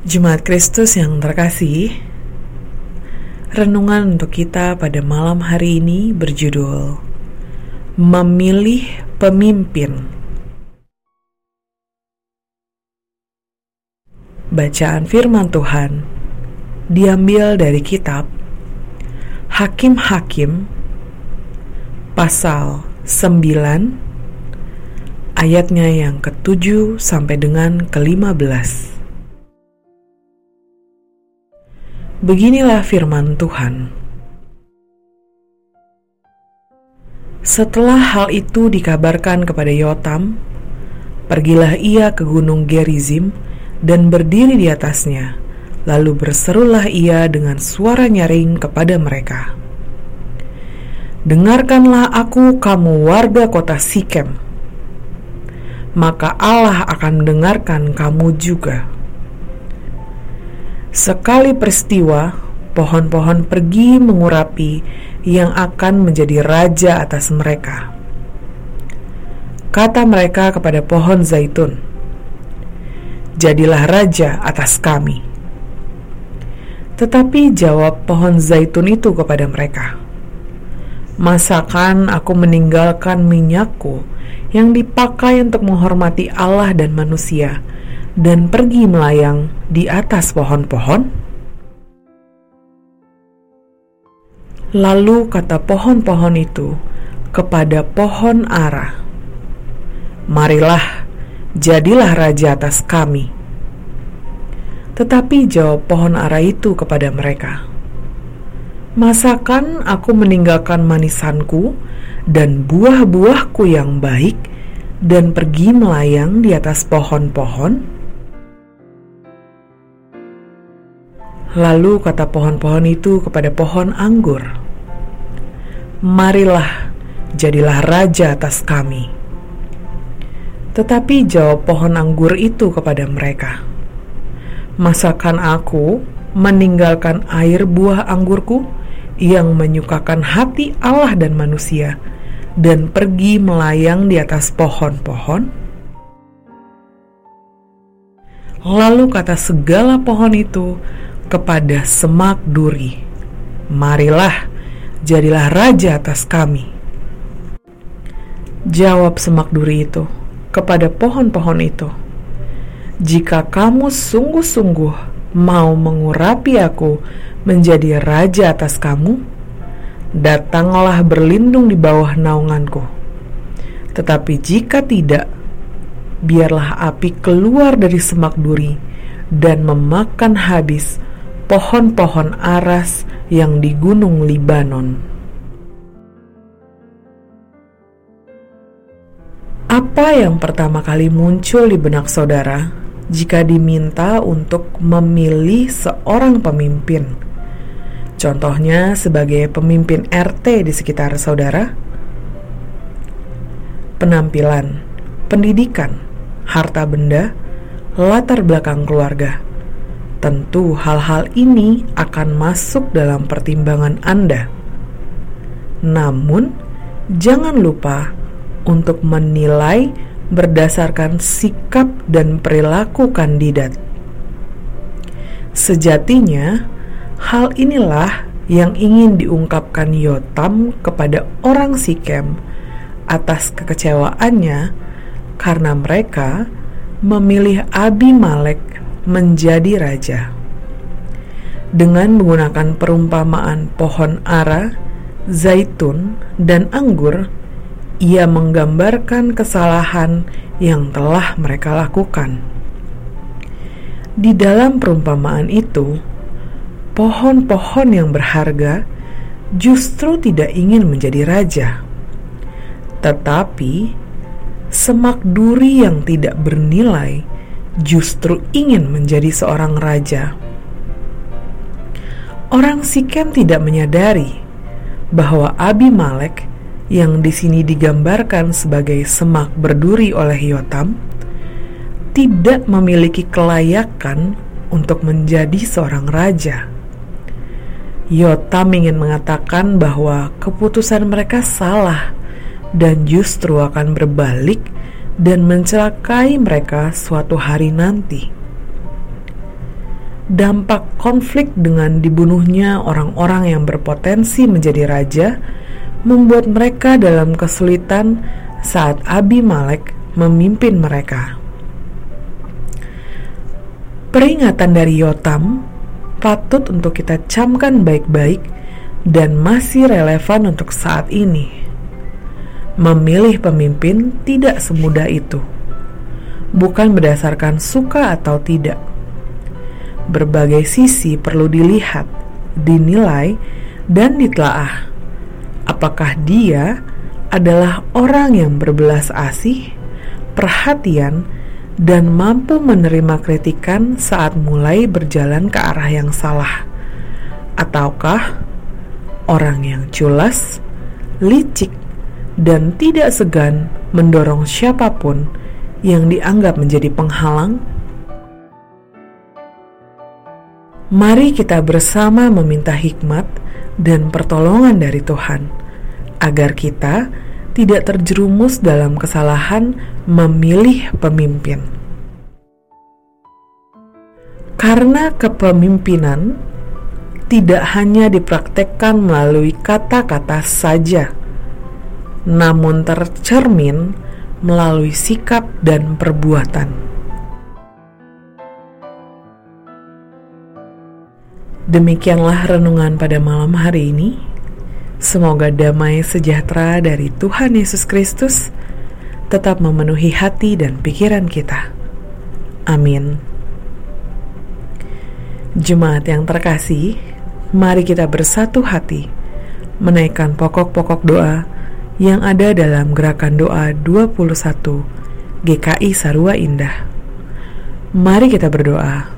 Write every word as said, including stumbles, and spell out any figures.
Jemaat Kristus yang terkasih, renungan untuk kita pada malam hari ini berjudul Memilih Pemimpin. Bacaan firman Tuhan diambil dari kitab Hakim-Hakim pasal sembilan ayatnya yang ketujuh sampai dengan kelima belas. Beginilah firman Tuhan. Setelah hal itu dikabarkan kepada Yotam, pergilah ia ke gunung Gerizim dan berdiri di atasnya, lalu berserulah ia dengan suara nyaring kepada mereka. Dengarkanlah aku, kamu warga kota Sikem, maka Allah akan mendengarkan kamu juga. Sekali peristiwa, pohon-pohon pergi mengurapi yang akan menjadi raja atas mereka. Kata mereka kepada pohon zaitun, "Jadilah raja atas kami." Tetapi jawab pohon zaitun itu kepada mereka, "Masakan aku meninggalkan minyakku yang dipakai untuk menghormati Allah dan manusia, dan pergi melayang di atas pohon-pohon?" Lalu kata pohon-pohon itu kepada pohon ara, "Marilah, jadilah raja atas kami." Tetapi jawab pohon ara itu kepada mereka, "Masakan aku meninggalkan manisanku dan buah-buahku yang baik dan pergi melayang di atas pohon-pohon?" Lalu kata pohon-pohon itu kepada pohon anggur, "Marilah, jadilah raja atas kami." Tetapi jawab pohon anggur itu kepada mereka, "Masakan aku meninggalkan air buah anggurku yang menyukakan hati Allah dan manusia, dan pergi melayang di atas pohon-pohon?" Lalu kata segala pohon itu kepada semak duri, "Marilah, jadilah raja atas kami." Jawab semak duri itu kepada pohon-pohon itu, "Jika kamu sungguh-sungguh mau mengurapi aku menjadi raja atas kamu, datanglah berlindung di bawah naunganku. Tetapi jika tidak, biarlah api keluar dari semak duri dan memakan habis pohon-pohon aras yang di gunung Libanon." Apa yang pertama kali muncul di benak saudara jika diminta untuk memilih seorang pemimpin? Contohnya sebagai pemimpin R T di sekitar saudara. Penampilan, pendidikan, harta benda, latar belakang keluarga. Tentu hal-hal ini akan masuk dalam pertimbangan Anda. Namun, jangan lupa untuk menilai berdasarkan sikap dan perilaku kandidat. Sejatinya, hal inilah yang ingin diungkapkan Yotam kepada orang Sikem atas kekecewaannya karena mereka memilih Abimelek menjadi raja. Dengan menggunakan perumpamaan pohon ara, zaitun, dan anggur, ia menggambarkan kesalahan yang telah mereka lakukan. Di dalam perumpamaan itu, pohon-pohon yang berharga justru tidak ingin menjadi raja, tetapi semak duri yang tidak bernilai justru ingin menjadi seorang raja. Orang Sikem tidak menyadari bahwa Abimelek yang di sini digambarkan sebagai semak berduri oleh Yotam tidak memiliki kelayakan untuk menjadi seorang raja. Yotam ingin mengatakan bahwa keputusan mereka salah dan justru akan berbalik dan mencelakai mereka suatu hari nanti. dampak konflik dengan dibunuhnya orang-orang yang berpotensi menjadi raja membuat mereka dalam kesulitan saat Abimelek memimpin mereka. Peringatan dari Yotam patut untuk kita camkan baik-baik dan masih relevan untuk saat ini. Memilih pemimpin tidak semudah itu, bukan berdasarkan suka atau tidak. Berbagai sisi perlu dilihat, dinilai, dan ditelaah. Apakah dia adalah orang yang berbelas asih, perhatian, dan mampu menerima kritikan saat mulai berjalan ke arah yang salah, ataukah orang yang culas, licik, dan tidak segan mendorong siapapun yang dianggap menjadi penghalang? Mari kita bersama meminta hikmat dan pertolongan dari Tuhan, agar kita tidak terjerumus dalam kesalahan memilih pemimpin. Karena kepemimpinan tidak hanya dipraktekkan melalui kata-kata saja, namun tercermin melalui sikap dan perbuatan. Demikianlah renungan pada malam hari ini. Semoga damai sejahtera dari Tuhan Yesus Kristus tetap memenuhi hati dan pikiran kita. Amin. Jemaat yang terkasih, mari kita bersatu hati menaikkan pokok-pokok doa yang ada dalam gerakan doa dua puluh satu G K I Sarua Indah. Mari kita berdoa.